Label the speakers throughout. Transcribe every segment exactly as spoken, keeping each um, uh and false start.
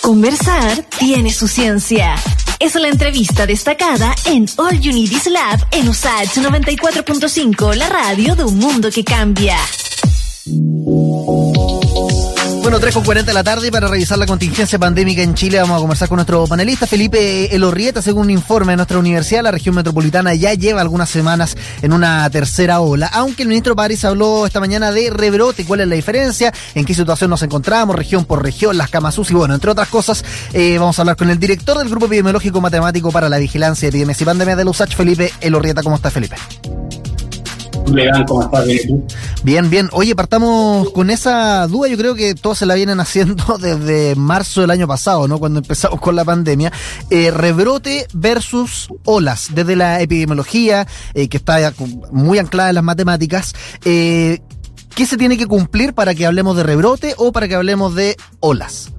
Speaker 1: Conversar tiene su ciencia. Es la entrevista destacada en All You Need Is Lab en U S A C noventa y cuatro punto cinco, la radio de un mundo que cambia.
Speaker 2: Bueno, tres con cuarenta de la tarde, para revisar la contingencia pandémica en Chile vamos a conversar con nuestro panelista Felipe Elorrieta. Según un informe de nuestra universidad, la región metropolitana ya lleva algunas semanas en una tercera ola, aunque el ministro París habló esta mañana de rebrote. ¿Cuál es la diferencia? ¿En qué situación nos encontramos? Región por región, las camas U C I, bueno, entre otras cosas, eh, vamos a hablar con el director del Grupo Epidemiológico Matemático para la Vigilancia de Epidemias y Pandemias de la U S A C, Felipe Elorrieta. ¿Cómo está, Felipe?
Speaker 3: Legal, ¿cómo estás? Bien, ¿tú?
Speaker 2: Bien, bien. Oye, partamos con esa duda. Yo creo que todos se la vienen haciendo desde marzo del año pasado, ¿no? Cuando empezamos con la pandemia. Eh, rebrote versus olas. Desde la epidemiología, eh, que está muy anclada en las matemáticas, eh, ¿qué se tiene que cumplir para que hablemos de rebrote o para que hablemos de olas?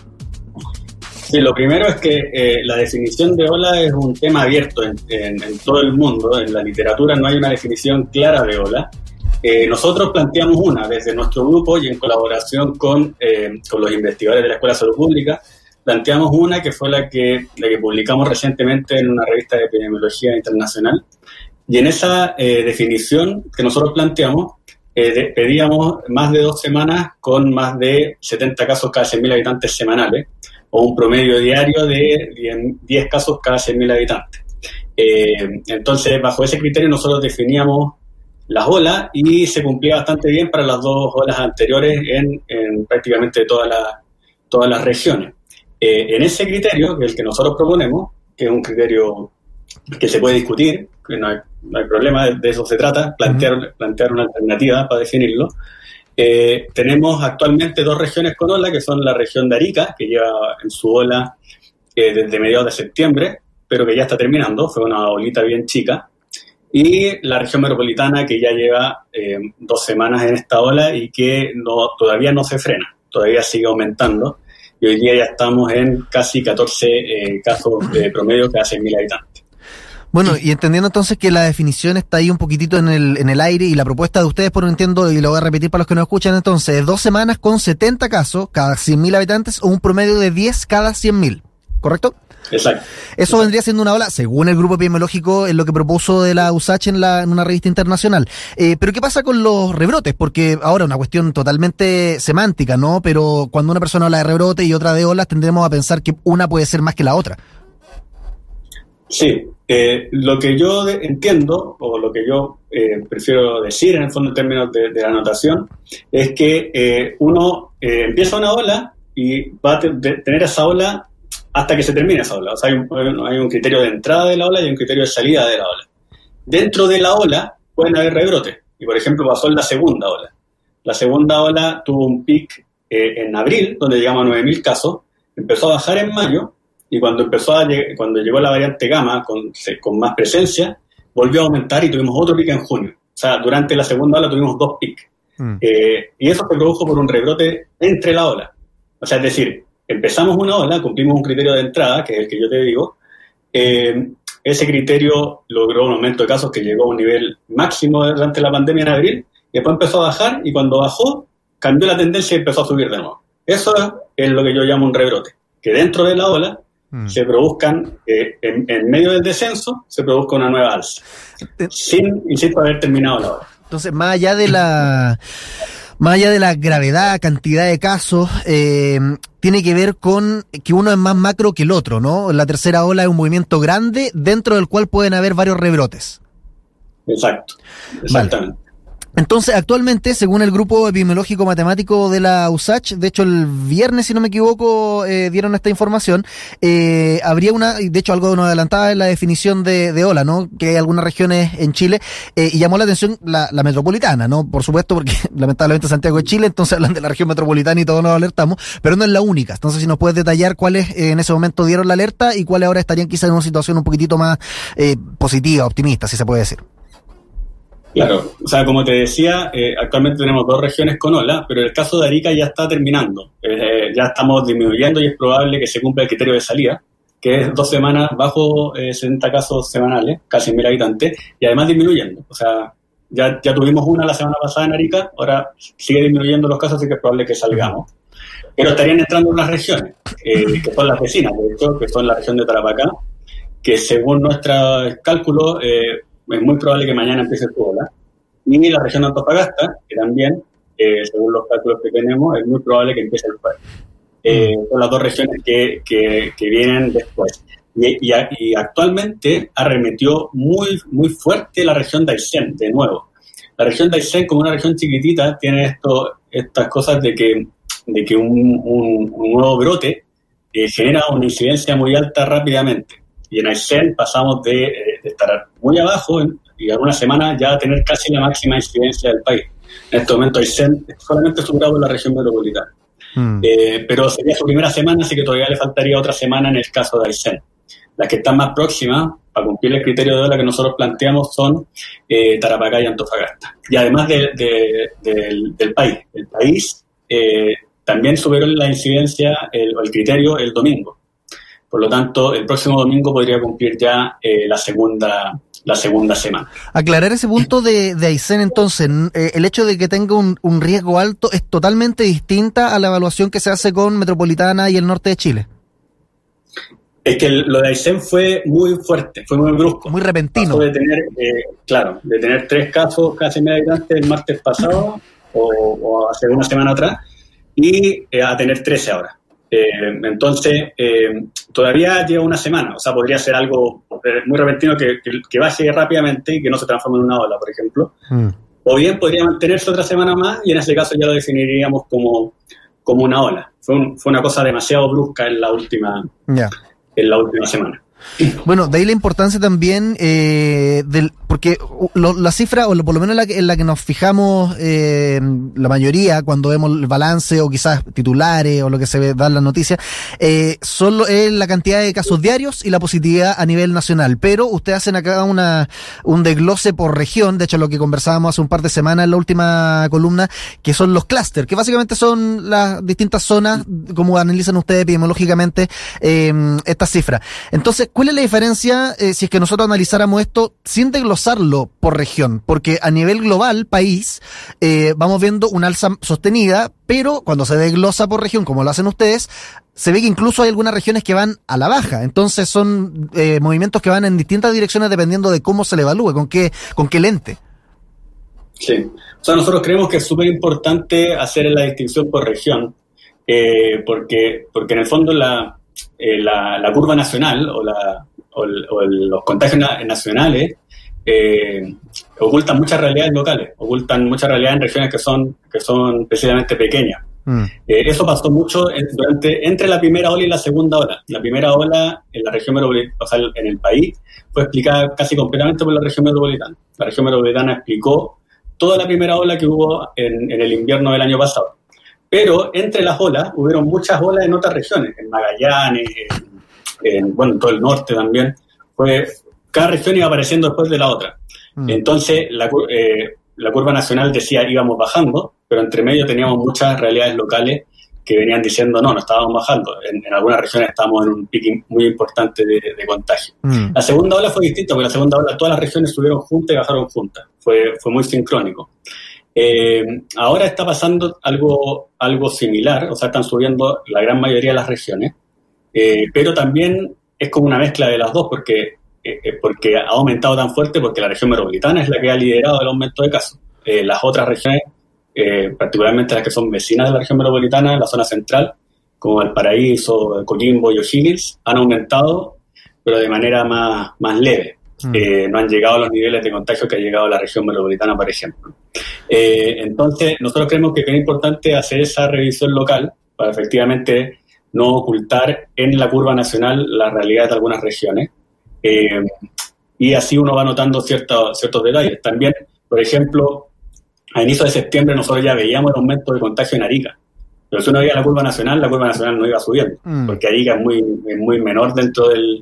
Speaker 3: Sí, lo primero es que eh, la definición de ola es un tema abierto en, en, en todo el mundo. En la literatura no hay una definición clara de ola. Eh, nosotros planteamos una desde nuestro grupo y en colaboración con, eh, con los investigadores de la Escuela de Salud Pública. Planteamos una que fue la que, la que publicamos recientemente en una revista de epidemiología internacional. Y en esa eh, definición que nosotros planteamos, eh, de, pedíamos más de dos semanas con más de setenta casos cada cien mil habitantes semanales, o un promedio diario de diez casos cada cien mil habitantes. Eh, entonces, bajo ese criterio nosotros definíamos las olas y se cumplía bastante bien para las dos olas anteriores en, en prácticamente todas las todas las regiones. Eh, en ese criterio, que es el que nosotros proponemos, que es un criterio que se puede discutir, que no hay, no hay problema, de, de eso se trata, plantear, uh-huh. plantear una alternativa para definirlo. Eh, tenemos actualmente dos regiones con ola, que son la región de Arica, que lleva en su ola eh, desde mediados de septiembre, pero que ya está terminando, fue una olita bien chica, y la región metropolitana, que ya lleva eh, dos semanas en esta ola y que no, todavía no se frena, todavía sigue aumentando, y hoy día ya estamos en casi catorce eh, casos de promedio cada cien mil habitantes.
Speaker 2: Bueno, y entendiendo entonces que la definición está ahí un poquitito en el en el aire y la propuesta de ustedes, por lo entiendo, y lo voy a repetir para los que no escuchan, entonces, dos semanas con setenta casos cada cien mil habitantes o un promedio de diez cada cien mil, ¿correcto?
Speaker 3: Exacto.
Speaker 2: Eso Exacto. vendría siendo una ola, según el grupo epidemiológico, en lo que propuso de la U S A C en, la, en una revista internacional. Eh, pero ¿qué pasa con los rebrotes? Porque ahora una cuestión totalmente semántica, ¿no? Pero cuando una persona habla de rebrote y otra de olas, tendremos a pensar que una puede ser más que la otra.
Speaker 3: Sí, eh, lo que yo de, entiendo, o lo que yo eh, prefiero decir en el fondo en términos de, de la anotación, es que eh, uno eh, empieza una ola y va a te, de, tener esa ola hasta que se termine esa ola. O sea, hay un, hay un criterio de entrada de la ola y un criterio de salida de la ola. Dentro de la ola pueden haber rebrotes, y por ejemplo pasó en la segunda ola. La segunda ola tuvo un pic eh, en abril, donde llegamos a nueve mil casos, empezó a bajar en mayo, y cuando empezó a lleg- cuando llegó la variante Gamma con, con más presencia, volvió a aumentar y tuvimos otro pico en junio. O sea, durante la segunda ola tuvimos dos picos. Mm. Eh, y eso se produjo por un rebrote entre la ola. O sea, es decir, empezamos una ola, cumplimos un criterio de entrada, que es el que yo te digo. Eh, ese criterio logró un aumento de casos que llegó a un nivel máximo durante la pandemia en abril, y después empezó a bajar, y cuando bajó, cambió la tendencia y empezó a subir de nuevo. Eso es lo que yo llamo un rebrote. Que dentro de la ola se produzcan, eh, en, en medio del descenso, se produzca una nueva alza, sin, insisto, haber terminado la ola.
Speaker 2: Entonces, más allá de la más allá de la gravedad, cantidad de casos, eh, tiene que ver con que uno es más macro que el otro, ¿no? La tercera ola es un movimiento grande dentro del cual pueden haber varios rebrotes.
Speaker 3: Exacto, exactamente.
Speaker 2: Vale. Entonces, actualmente, según el grupo epidemiológico matemático de la U S A C, de hecho el viernes, si no me equivoco, eh, dieron esta información, eh, habría una, de hecho algo nos adelantaba en la definición de, de ola, ¿no? Que hay algunas regiones en Chile, eh, y llamó la atención la, la metropolitana, ¿no? Por supuesto, porque lamentablemente Santiago es Chile, entonces hablan de la región metropolitana y todos nos alertamos, pero no es la única. Entonces, si nos puedes detallar cuáles eh, en ese momento dieron la alerta y cuáles ahora estarían quizás en una situación un poquitito más eh, positiva, optimista, si se puede decir.
Speaker 3: Claro, o sea, como te decía, eh, actualmente tenemos dos regiones con ola, pero el caso de Arica ya está terminando. Eh, ya estamos disminuyendo y es probable que se cumpla el criterio de salida, que es dos semanas bajo eh, setenta casos semanales, casi mil habitantes, y además disminuyendo. O sea, ya, ya tuvimos una la semana pasada en Arica, ahora sigue disminuyendo los casos, así que es probable que salgamos. Pero estarían entrando en las regiones. eh, que son las vecinas, de hecho, que son la región de Tarapacá, que según nuestros cálculos eh, es muy probable que mañana empiece su ola. Y la región de Antofagasta, que también, eh, según los cálculos que tenemos, es muy probable que empiece el jueves. Eh, son las dos regiones que, que, que vienen después. Y, y, y actualmente arremetió muy, muy fuerte la región de Aysén, de nuevo. La región de Aysén, como una región chiquitita, tiene esto, estas cosas de que, de que un, un, un nuevo brote eh, genera una incidencia muy alta rápidamente. Y en Aysén pasamos de, de estar muy abajo y algunas semanas ya a tener casi la máxima incidencia del país. En este momento Aysén es solamente superado por la región metropolitana. Mm. Eh, pero sería su primera semana, así que todavía le faltaría otra semana en el caso de Aysén. Las que están más próximas, para cumplir el criterio de ola que nosotros planteamos, son eh, Tarapacá y Antofagasta. Y además de, de, de, del, del país. El país eh, también superó la incidencia, el, el criterio, el domingo. Por lo tanto, el próximo domingo podría cumplir ya eh, la segunda la segunda semana.
Speaker 2: Aclarar ese punto de, de Aysén, entonces, eh, el hecho de que tenga un, un riesgo alto es totalmente distinta a la evaluación que se hace con Metropolitana y el norte de Chile.
Speaker 3: Es que lo de Aysén fue muy fuerte, fue muy brusco.
Speaker 2: Muy repentino.
Speaker 3: Pasó de tener, eh, claro, de tener tres casos casi medio habitantes el martes pasado o, o hace una semana atrás y eh, a tener trece ahora. Eh, entonces, eh, todavía lleva una semana, o sea, podría ser algo muy repentino que, que, que baje rápidamente y que no se transforme en una ola, por ejemplo. Mm. O bien podría mantenerse otra semana más y en ese caso ya lo definiríamos como, como una ola. Fue, un, fue una cosa demasiado brusca en la última, yeah. en la última semana.
Speaker 2: Bueno, de ahí la importancia también eh, del, porque lo, la cifra, o lo, por lo menos la que, en la que nos fijamos eh, la mayoría cuando vemos el balance o quizás titulares o lo que se ve, da en las noticias, eh, solo es la cantidad de casos diarios y la positividad a nivel nacional. Pero ustedes hacen acá una un desglose por región, de hecho lo que conversábamos hace un par de semanas en la última columna, que son los clústeres, que básicamente son las distintas zonas, como analizan ustedes epidemiológicamente eh, estas cifras. Entonces, ¿cuál es la diferencia eh, si es que nosotros analizáramos esto sin desglosarlo por región? Porque a nivel global, país, eh, vamos viendo una alza sostenida, pero cuando se desglosa por región, como lo hacen ustedes, se ve que incluso hay algunas regiones que van a la baja. Entonces son eh, movimientos que van en distintas direcciones dependiendo de cómo se le evalúe, con qué, con qué lente.
Speaker 3: Sí, o sea, nosotros creemos que es súper importante hacer la distinción por región, eh, porque, porque en el fondo la... Eh, la, la curva nacional o, la, o, el, o el, los contagios na- nacionales eh, ocultan muchas realidades locales, ocultan muchas realidades en regiones que son, que son precisamente pequeñas. Mm. Eh, eso pasó mucho en, durante, entre la primera ola y la segunda ola. La primera ola en la región metropolitana, o sea, en el país, fue explicada casi completamente por la región metropolitana. La región metropolitana explicó toda la primera ola que hubo en, en el invierno del año pasado. Pero entre las olas, hubieron muchas olas en otras regiones, en Magallanes, en, en, bueno, en todo el norte también. Fue, cada región iba apareciendo después de la otra. Mm. Entonces, la, eh, la curva nacional decía íbamos bajando, pero entre medio teníamos muchas realidades locales que venían diciendo no, no estábamos bajando. En, en algunas regiones estábamos en un pico muy importante de, de contagio. Mm. La segunda ola fue distinta, porque la segunda ola todas las regiones subieron juntas y bajaron juntas. Fue, fue muy sincrónico. Eh, ahora está pasando algo, algo similar, o sea, están subiendo la gran mayoría de las regiones, eh, pero también es como una mezcla de las dos, porque, eh, porque ha aumentado tan fuerte, porque la región metropolitana es la que ha liderado el aumento de casos. Eh, las otras regiones, eh, particularmente las que son vecinas de la región metropolitana, en la zona central, como Valparaíso, Coquimbo y O'Higgins, han aumentado, pero de manera más, más leve. Mm. Eh, no han llegado a los niveles de contagio que ha llegado la región metropolitana, por ejemplo. Eh, entonces, nosotros creemos que es importante hacer esa revisión local para efectivamente no ocultar en la curva nacional la realidad de algunas regiones. Eh, y así uno va notando ciertos, ciertos detalles. También, por ejemplo, a inicio de septiembre nosotros ya veíamos el aumento de contagio en Arica. Pero si uno veía la curva nacional, la curva nacional no iba subiendo, mm. porque Arica es muy, es muy menor dentro del...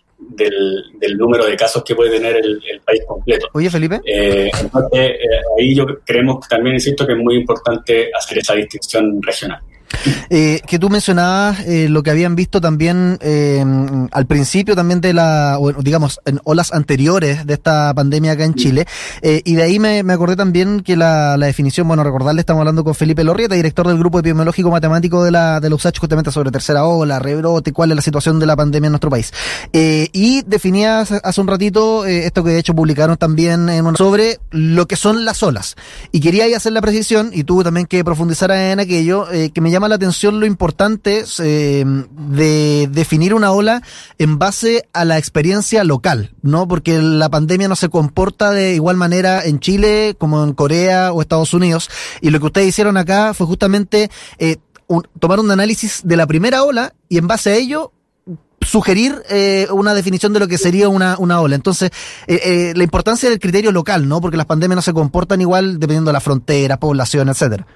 Speaker 3: Del, del número de casos que puede tener el, el país completo.
Speaker 2: Oye, Felipe.
Speaker 3: Eh, entonces, eh, ahí yo creemos también, insisto, que es muy importante hacer esa distinción regional.
Speaker 2: Eh, que tú mencionabas eh, lo que habían visto también eh, al principio también de la, o digamos, en olas anteriores de esta pandemia acá en Chile, eh, y de ahí me, me acordé también que la, la definición, bueno, recordarle, estamos hablando con Felipe Lorrieta, director del Grupo Epidemiológico Matemático de la, de la U S A C H, justamente sobre tercera ola, rebrote, cuál es la situación de la pandemia en nuestro país. Eh, y definía hace, hace un ratito eh, esto que de hecho publicaron también en una, sobre lo que son las olas. Y quería ahí hacer la precisión, y tú también que profundizaras en aquello, eh, que me llama la atención lo importante eh, de definir una ola en base a la experiencia local, ¿no? Porque la pandemia no se comporta de igual manera en Chile como en Corea o Estados Unidos, y lo que ustedes hicieron acá fue justamente eh, un, tomar un análisis de la primera ola y en base a ello sugerir eh, una definición de lo que sería una, una ola. Entonces, eh, eh, la importancia del criterio local, ¿no? Porque las pandemias no se comportan igual dependiendo de la frontera, población, etcétera.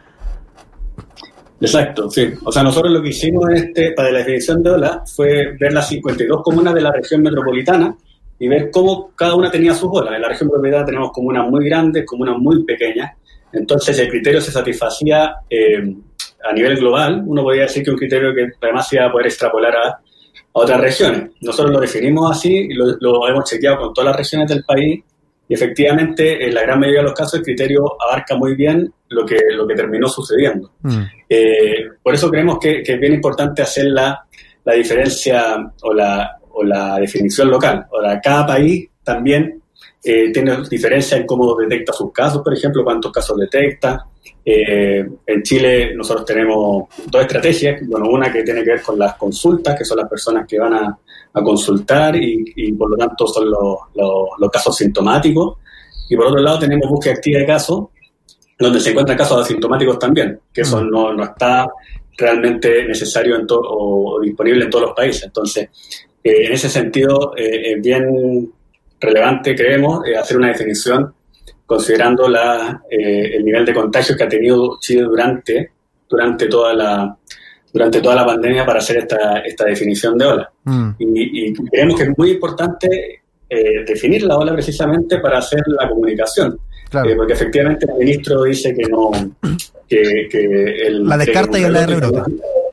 Speaker 3: Exacto, sí. O sea, nosotros lo que hicimos en este, para la definición de ola fue ver las cincuenta y dos comunas de la región metropolitana y ver cómo cada una tenía sus olas. En la región metropolitana tenemos comunas muy grandes, comunas muy pequeñas. Entonces, el criterio se satisfacía eh, a nivel global. Uno podría decir que un criterio que además se iba a poder extrapolar a, a otras regiones. Nosotros lo definimos así y lo, lo hemos chequeado con todas las regiones del país. Y efectivamente, en la gran mayoría de los casos, el criterio abarca muy bien lo que, lo que terminó sucediendo. Mm. Eh, por eso creemos que, que es bien importante hacer la, la diferencia o la, o la definición local. Ahora, cada país también eh, tiene diferencia en cómo detecta sus casos, por ejemplo, cuántos casos detecta. Eh, en Chile nosotros tenemos dos estrategias. Bueno, una que tiene que ver con las consultas, que son las personas que van a a consultar y, y por lo tanto son los, los, los casos sintomáticos, y por otro lado tenemos búsqueda activa de casos donde se encuentran casos asintomáticos también, que eso no, no está realmente necesario en to- o, o disponible en todos los países. Entonces, eh, en ese sentido eh, es bien relevante, creemos, eh, hacer una definición considerando la, eh, el nivel de contagios que ha tenido Chile durante, durante toda la durante toda la pandemia para hacer esta, esta definición de ola. Mm. Y, y creemos que es muy importante eh, definir la ola precisamente para hacer la comunicación. Claro. Eh, porque efectivamente el ministro dice que no... que, que el,
Speaker 2: la descarta y la de rebrote.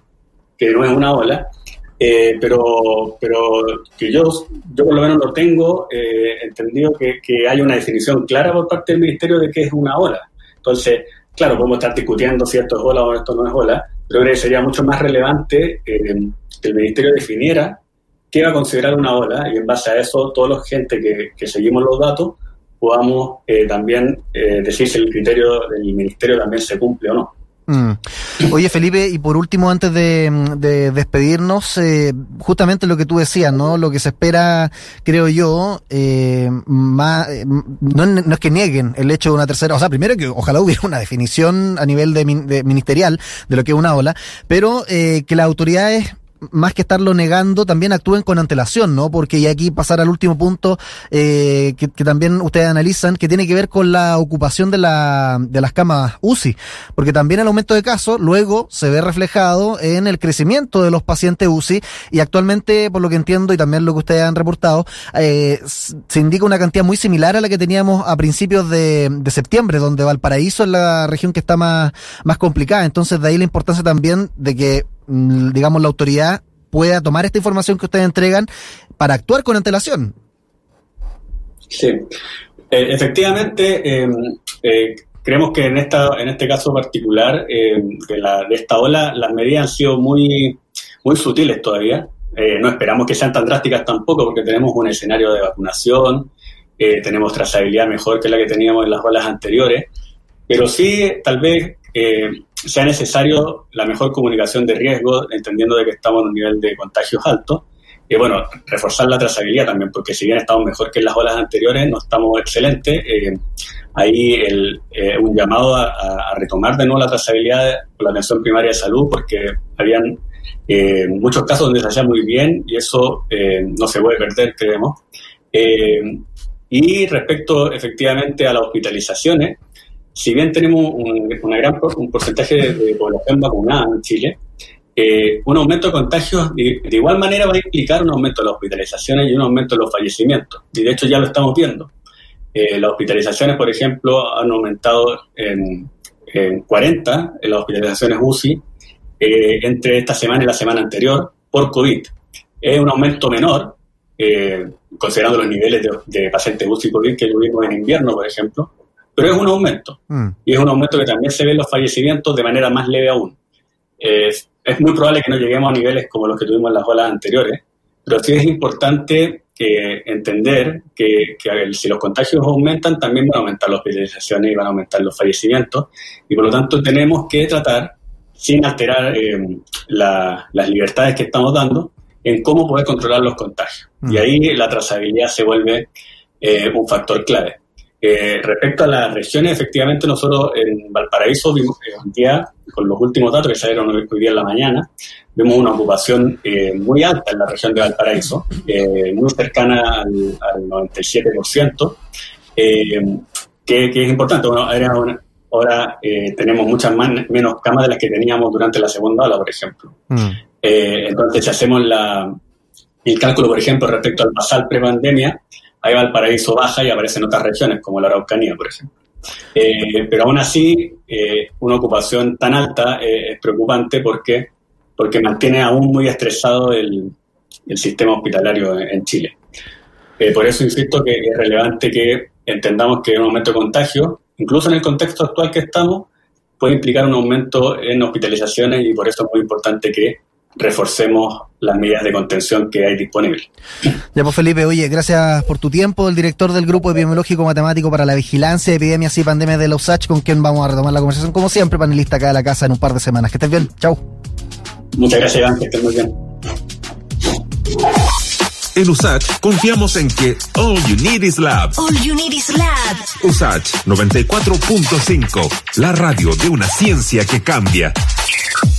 Speaker 3: Que no es una ola, eh, pero, pero que yo, yo por lo menos lo tengo eh, entendido que, que hay una definición clara por parte del ministerio de qué es una ola. Entonces, claro, podemos estar discutiendo si esto es ola o esto no es ola, pero creo que sería mucho más relevante eh, que el Ministerio definiera qué va a considerar una ola y en base a eso, toda la gente que, que seguimos los datos podamos eh, también eh, decir si el criterio del Ministerio también se cumple o no.
Speaker 2: Mm. Oye, Felipe, y por último, antes de, de despedirnos, eh, justamente lo que tú decías, ¿no? Lo que se espera, creo yo, eh, más, eh, no, no es que nieguen el hecho de una tercera, o sea, primero que ojalá hubiera una definición a nivel de, de ministerial de lo que es una ola, pero eh, que las autoridades, más que estarlo negando, también actúen con antelación, ¿no? Porque y aquí pasar al último punto eh, que, que también ustedes analizan, que tiene que ver con la ocupación de la de las camas U C I, porque también el aumento de casos luego se ve reflejado en el crecimiento de los pacientes U C I, y actualmente, por lo que entiendo y también lo que ustedes han reportado, eh, se indica una cantidad muy similar a la que teníamos a principios de, de septiembre, donde Valparaíso es la región que está más, más complicada. Entonces, de ahí la importancia también de que, digamos, la autoridad pueda tomar esta información que ustedes entregan para actuar con antelación.
Speaker 3: Sí, eh, efectivamente, eh, eh, creemos que en esta en este caso particular eh, de, la, de esta ola, las medidas han sido muy, muy sutiles todavía. Eh, no esperamos que sean tan drásticas tampoco, porque tenemos un escenario de vacunación, eh, tenemos trazabilidad mejor que la que teníamos en las olas anteriores, pero sí, tal vez eh, sea necesario la mejor comunicación de riesgo, entendiendo de que estamos en un nivel de contagios alto, y bueno, reforzar la trazabilidad también, porque si bien estamos mejor que en las olas anteriores, no estamos excelentes. Eh, ahí el, eh, un llamado a, a retomar de nuevo la trazabilidad por la atención primaria de salud, porque habían eh, muchos casos donde se hacía muy bien y eso eh, no se puede perder, creemos. Eh, y respecto efectivamente a las hospitalizaciones, si bien tenemos un, una gran, un porcentaje de, de población vacunada en Chile, eh, un aumento de contagios de, de igual manera va a implicar un aumento de las hospitalizaciones y un aumento de los fallecimientos. Y de hecho ya lo estamos viendo. Eh, las hospitalizaciones, por ejemplo, han aumentado en, en cuarenta, en las hospitalizaciones U C I, eh, entre esta semana y la semana anterior por COVID. Es un aumento menor, eh, considerando los niveles de, de pacientes U C I COVID que tuvimos en invierno, por ejemplo, pero es un aumento. Mm. Y es un aumento que también se ve en los fallecimientos de manera más leve aún. Eh, es muy probable que no lleguemos a niveles como los que tuvimos en las olas anteriores, pero sí es importante que entender que, que ver, si los contagios aumentan, también van a aumentar las hospitalizaciones y van a aumentar los fallecimientos, y por lo tanto tenemos que tratar, sin alterar eh, la, las libertades que estamos dando, en cómo poder controlar los contagios. Mm. Y ahí la trazabilidad se vuelve eh, un factor clave. Eh, respecto a las regiones, efectivamente nosotros en Valparaíso vimos eh, un día, con los últimos datos que salieron hoy día en la mañana, vemos una ocupación eh, muy alta en la región de Valparaíso, eh, muy cercana al, al noventa y siete por ciento, eh, que, que es importante. Bueno, ahora, ahora eh, tenemos muchas más, menos camas de las que teníamos durante la segunda ola, por ejemplo. Mm. Eh, entonces, si hacemos la, el cálculo, por ejemplo, respecto al basal pre-pandemia, ahí Valparaíso baja y aparecen otras regiones, como la Araucanía, por ejemplo. Eh, pero aún así, eh, una ocupación tan alta eh, es preocupante porque, porque mantiene aún muy estresado el, el sistema hospitalario en, en Chile. Eh, por eso insisto que es relevante que entendamos que un aumento de contagio, incluso en el contexto actual que estamos, puede implicar un aumento en hospitalizaciones, y por eso es muy importante que reforcemos las medidas de contención que hay disponibles.
Speaker 2: Ya, pues Felipe, oye, gracias por tu tiempo, el director del Grupo Epidemiológico Matemático para la Vigilancia de Epidemias y Pandemias de la U S A C H, con quien vamos a retomar la conversación, como siempre, panelista acá de la casa en un par de semanas. Que estés bien, chau.
Speaker 3: Muchas gracias, Iván, que estés muy bien.
Speaker 4: En U S A C confiamos en que All You Need is Lab.
Speaker 1: All You Need is Lab.
Speaker 4: U S A C noventa y cuatro punto cinco, la radio de una ciencia que cambia.